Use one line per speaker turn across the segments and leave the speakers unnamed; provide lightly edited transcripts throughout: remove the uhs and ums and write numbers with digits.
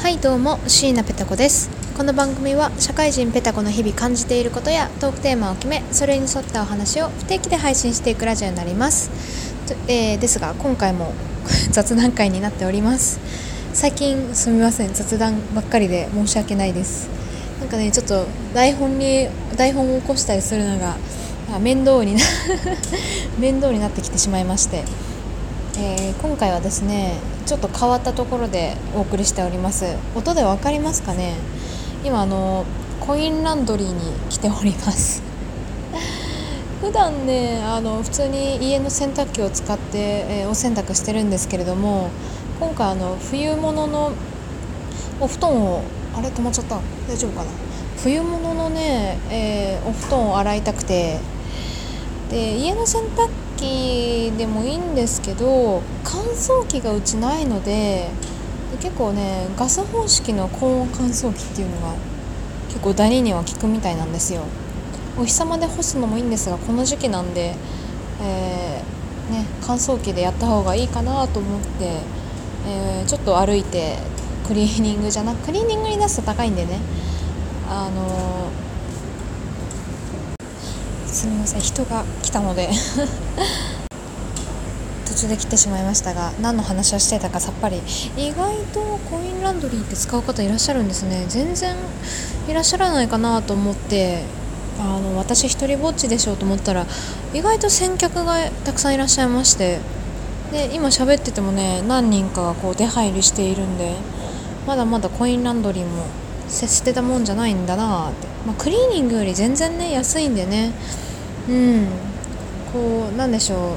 はいどうも、椎名ペタ子です。この番組は社会人ペタ子の日々感じていることやトークテーマを決め、それに沿ったお話を不定期で配信していくラジオになります。ですが今回も雑談会になっております。最近すみません、雑談ばっかりで申し訳ないです。なんかね、ちょっと台本を起こしたりするのが面倒になってきてしまいまして、今回はですねちょっと変わったところでお送りしております。音でわかりますかね。今コインランドリーに来ております。普段ね普通に家の洗濯機を使って、お洗濯してるんですけれども、今回冬物のお布団を止まっちゃった、大丈夫かな。冬物のね、お布団を洗いたくて、で家の洗濯機でもいいんですけど乾燥機がうちないので、結構ねガス方式の高温乾燥機っていうのが結構ダニには効くみたいなんですよ。お日様で干すのもいいんですが、この時期なんで、乾燥機でやった方がいいかなと思って、ちょっと歩いてクリーニングに出すと高いんでね、すみません、人が来たので途中で来てしまいましたが、何の話をしていたかさっぱり。意外とコインランドリーって使う方いらっしゃるんですね。全然いらっしゃらないかなと思って、私一人ぼっちでしょうと思ったら、意外と先客がたくさんいらっしゃいまして、で今喋っててもね、何人かがこう出入りしているんで、まだまだコインランドリーも捨てたもんじゃないんだなって、クリーニングより全然ね安いんでね、こうなんでしょう、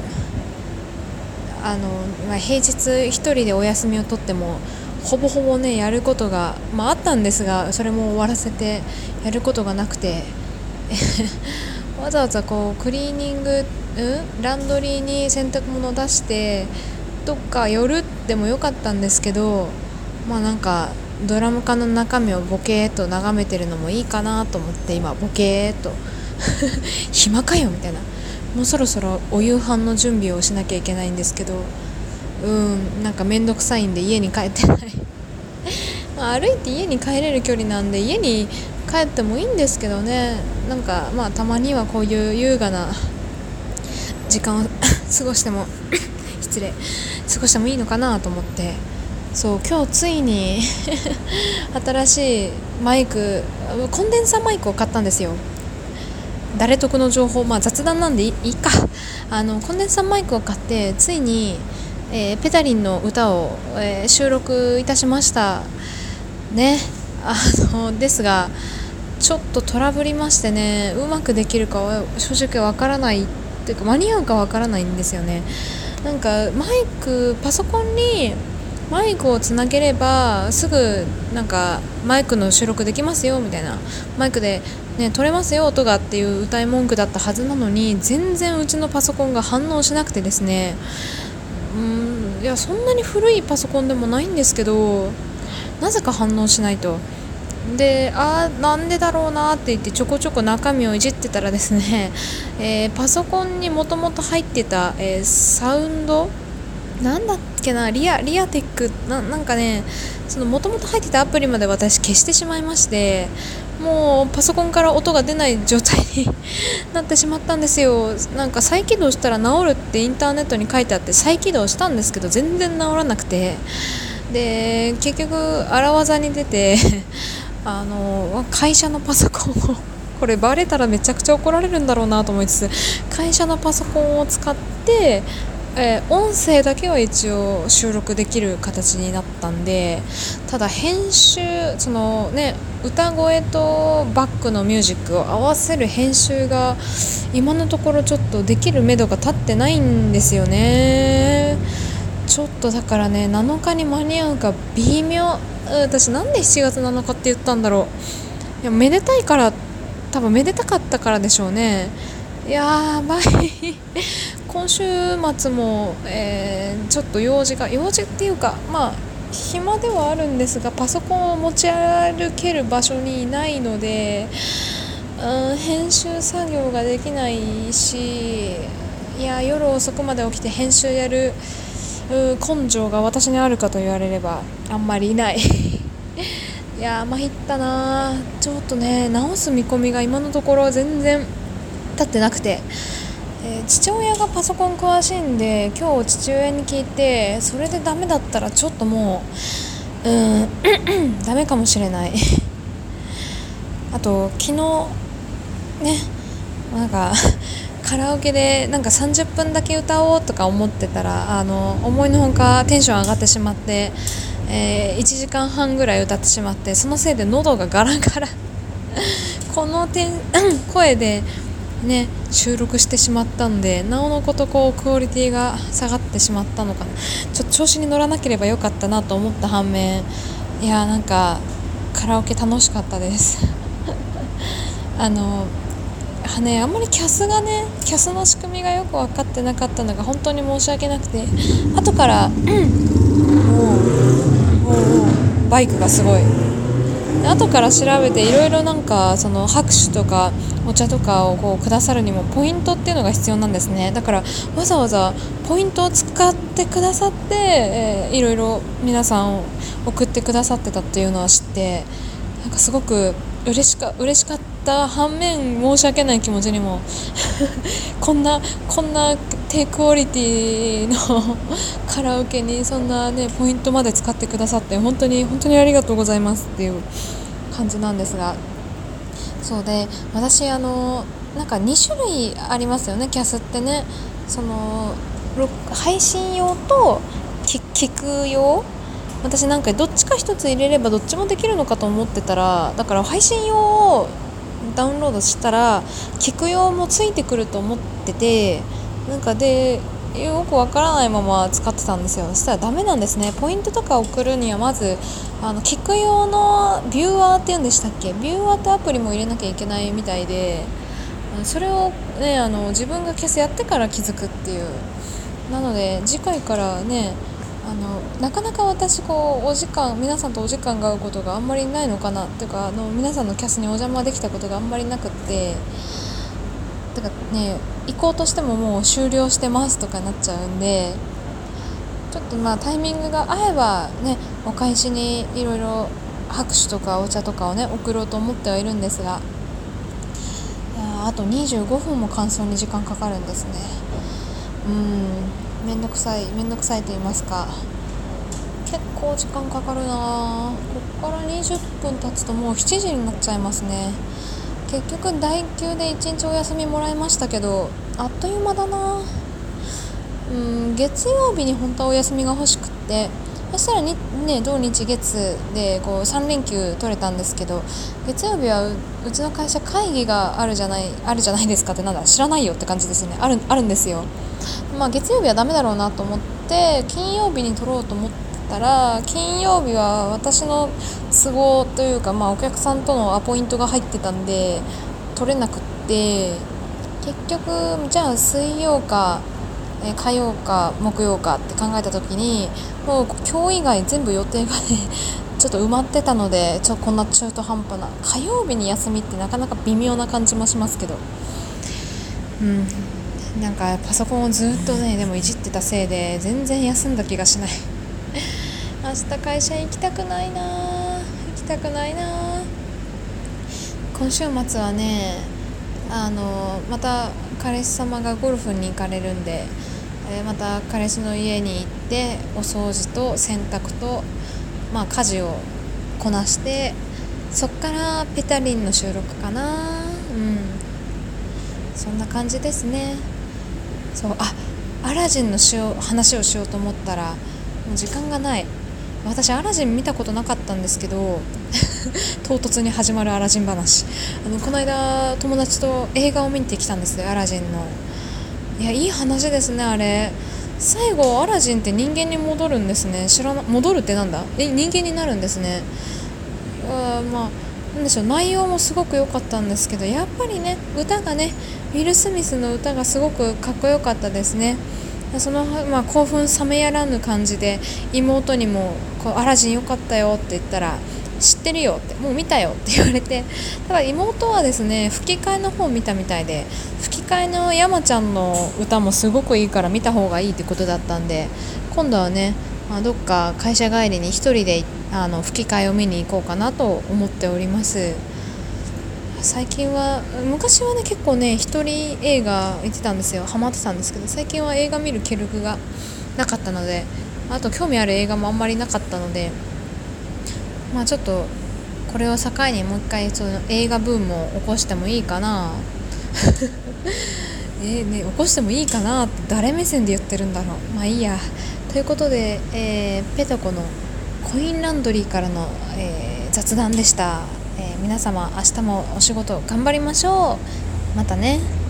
平日一人でお休みを取ってもほぼほぼねやることが、あったんですが、それも終わらせてやることがなくてわざわざこうクリーニング、ランドリーに洗濯物を出してどっか寄るでもよかったんですけど、なんかドラム缶の中身をボケーっと眺めてるのもいいかなと思って、今ボケーっと暇かよみたいな、もうそろそろお夕飯の準備をしなきゃいけないんですけど、なんかめんどくさいんで家に帰ってない歩いて家に帰れる距離なんで家に帰ってもいいんですけどね、なんかたまにはこういう優雅な時間を過ごしても過ごしてもいいのかなと思って、そう今日ついに新しいマイク、コンデンサーマイクを買ったんですよ。誰得の情報、雑談なんでいいか。コンデンサーマイクを買ってついに、ペタリンの歌を、収録いたしましたね。ですがちょっとトラブりましてね、うまくできるかは正直わからないというか、間に合うかわからないんですよね。なんかパソコンにマイクをつなげればすぐなんかマイクの収録できますよみたいな、マイクで、撮れますよ音がっていう歌い文句だったはずなのに、全然うちのパソコンが反応しなくてですね、いやそんなに古いパソコンでもないんですけど、なぜか反応しないと。でなんでだろうなって言ってちょこちょこ中身をいじってたらですね、パソコンにもともと入ってた、サウンドなんだっけな、リアテックなんかね、そのもともと入ってたアプリまで私消してしまいまして、もうパソコンから音が出ない状態になってしまったんですよ。なんか再起動したら治るってインターネットに書いてあって再起動したんですけど全然治らなくて、で結局荒技に出て会社のパソコンをこれバレたらめちゃくちゃ怒られるんだろうなと思いつつ、会社のパソコンを使って音声だけは一応収録できる形になったんで、ただ編集、歌声とバックのミュージックを合わせる編集が今のところちょっとできる目処が立ってないんですよね。ちょっとだからね、7日に間に合うか微妙。私なんで7月7日って言ったんだろう。いやめでたいから、多分めでたかったからでしょうね。やばい今週末も、ちょっと用事っていうか暇ではあるんですが、パソコンを持ち歩ける場所にいないので、編集作業ができないし、いや夜遅くまで起きて編集やる根性が私にあるかと言われればあんまりいないいやー参ったな。ちょっとね直す見込みが今のところ全然立ってなくて、父親がパソコン詳しいんで今日父親に聞いて、それでダメだったらちょっともうダメかもしれないあと昨日ね、なんかカラオケでなんか30分だけ歌おうとか思ってたら、思いのほかテンション上がってしまって、1時間半ぐらい歌ってしまって、そのせいで喉がガラガラこの声でね収録してしまったんで、なおのことこうクオリティが下がってしまったのかな。ちょっと調子に乗らなければよかったなと思った反面、いやなんかカラオケ楽しかったですあんまりキャスの仕組みがよく分かってなかったのが本当に申し訳なくて、後からバイクがすごい、後から調べていろいろなんかその拍手とかお茶とかをこうくださるにもポイントっていうのが必要なんですね。だからわざわざポイントを使ってくださって、いろいろ皆さんを送ってくださってたっていうのは知って、なんかすごく嬉しかった反面申し訳ない気持ちにもこんな低クオリティのカラオケにそんなねポイントまで使ってくださって本当にありがとうございますっていう感じなんですが、そうで私なんか2種類ありますよね、キャスってね。その配信用と聞く用、私なんかどっちか一つ入れればどっちもできるのかと思ってたら、だから配信用をダウンロードしたら聞く用もついてくると思ってて、なんかでよくわからないまま使ってたんですよ。そしたらダメなんですね。ポイントとか送るにはまず聞く用のビューアーっていうんでしたっけ、ビューアーってアプリも入れなきゃいけないみたいで、それをね自分が消すやってから気づくっていう。なので次回からねなかなか私こう皆さんとお時間が合うことがあんまりないのかなっていうか、皆さんのキャスにお邪魔できたことがあんまりなくって、てかね行こうとしてももう終了してますとかになっちゃうんで、ちょっとタイミングが合えばねお返しにいろいろ拍手とかお茶とかをね送ろうと思ってはいるんですが、あと25分も完走に時間かかるんですね。めんどくさいと言いますか、結構時間かかるな。こっから20分経つともう7時になっちゃいますね。結局第9で1日お休みもらいましたけど、あっという間だな。月曜日に本当はお休みが欲しくって、そしたら土日月でこう3連休取れたんですけど、月曜日はうちの会社会議があるじゃないですかって、なんだ知らないよって感じですね。あるんですよ。月曜日はダメだろうなと思って金曜日に取ろうと思ってたら、金曜日は私の都合というか、お客さんとのアポイントが入ってたんで取れなくって、結局じゃあ水曜か火曜か木曜かって考えた時に、もう今日以外全部予定がねちょっと埋まってたので、こんな中途半端な火曜日に休みってなかなか微妙な感じもしますけど、なんかパソコンをずっとねでもいじってたせいで全然休んだ気がしない明日会社行きたくないな。今週末はねまた彼氏様がゴルフに行かれるんで、また彼氏の家に行ってお掃除と洗濯と、家事をこなして、そっからペタリンの収録かな。そんな感じですね。そう、アラジンの話をしようと思ったらもう時間がない。私アラジン見たことなかったんですけど唐突に始まるアラジン話。この間友達と映画を見に行ってきたんですよ、アラジンの。いい話ですね。あれ最後アラジンって人間に戻るんですね。戻るってなんだ、人間になるんですね。なんでしょう、内容もすごく良かったんですけど、やっぱりね歌がねウィル・スミスの歌がすごくかっこよかったですね。その、興奮冷めやらぬ感じで妹にもアラジン良かったよって言ったら、知ってるよって、もう見たよって言われて、ただ妹はですね吹き替えの方を見たみたいで、吹き替えの山ちゃんの歌もすごくいいから見た方がいいってことだったんで、今度はねどっか会社帰りに一人で吹き替えを見に行こうかなと思っております。最近は昔はね結構ね一人映画行ってたんですよ、ハマってたんですけど、最近は映画見る気力がなかったので、あと興味ある映画もあんまりなかったので、ちょっとこれを境にもう一回その映画ブームを起こしてもいいかな起こしてもいいかなって誰目線で言ってるんだろう。まあいいや。ということで、ペトコのコインランドリーからの、雑談でした。皆様明日もお仕事頑張りましょう。またね。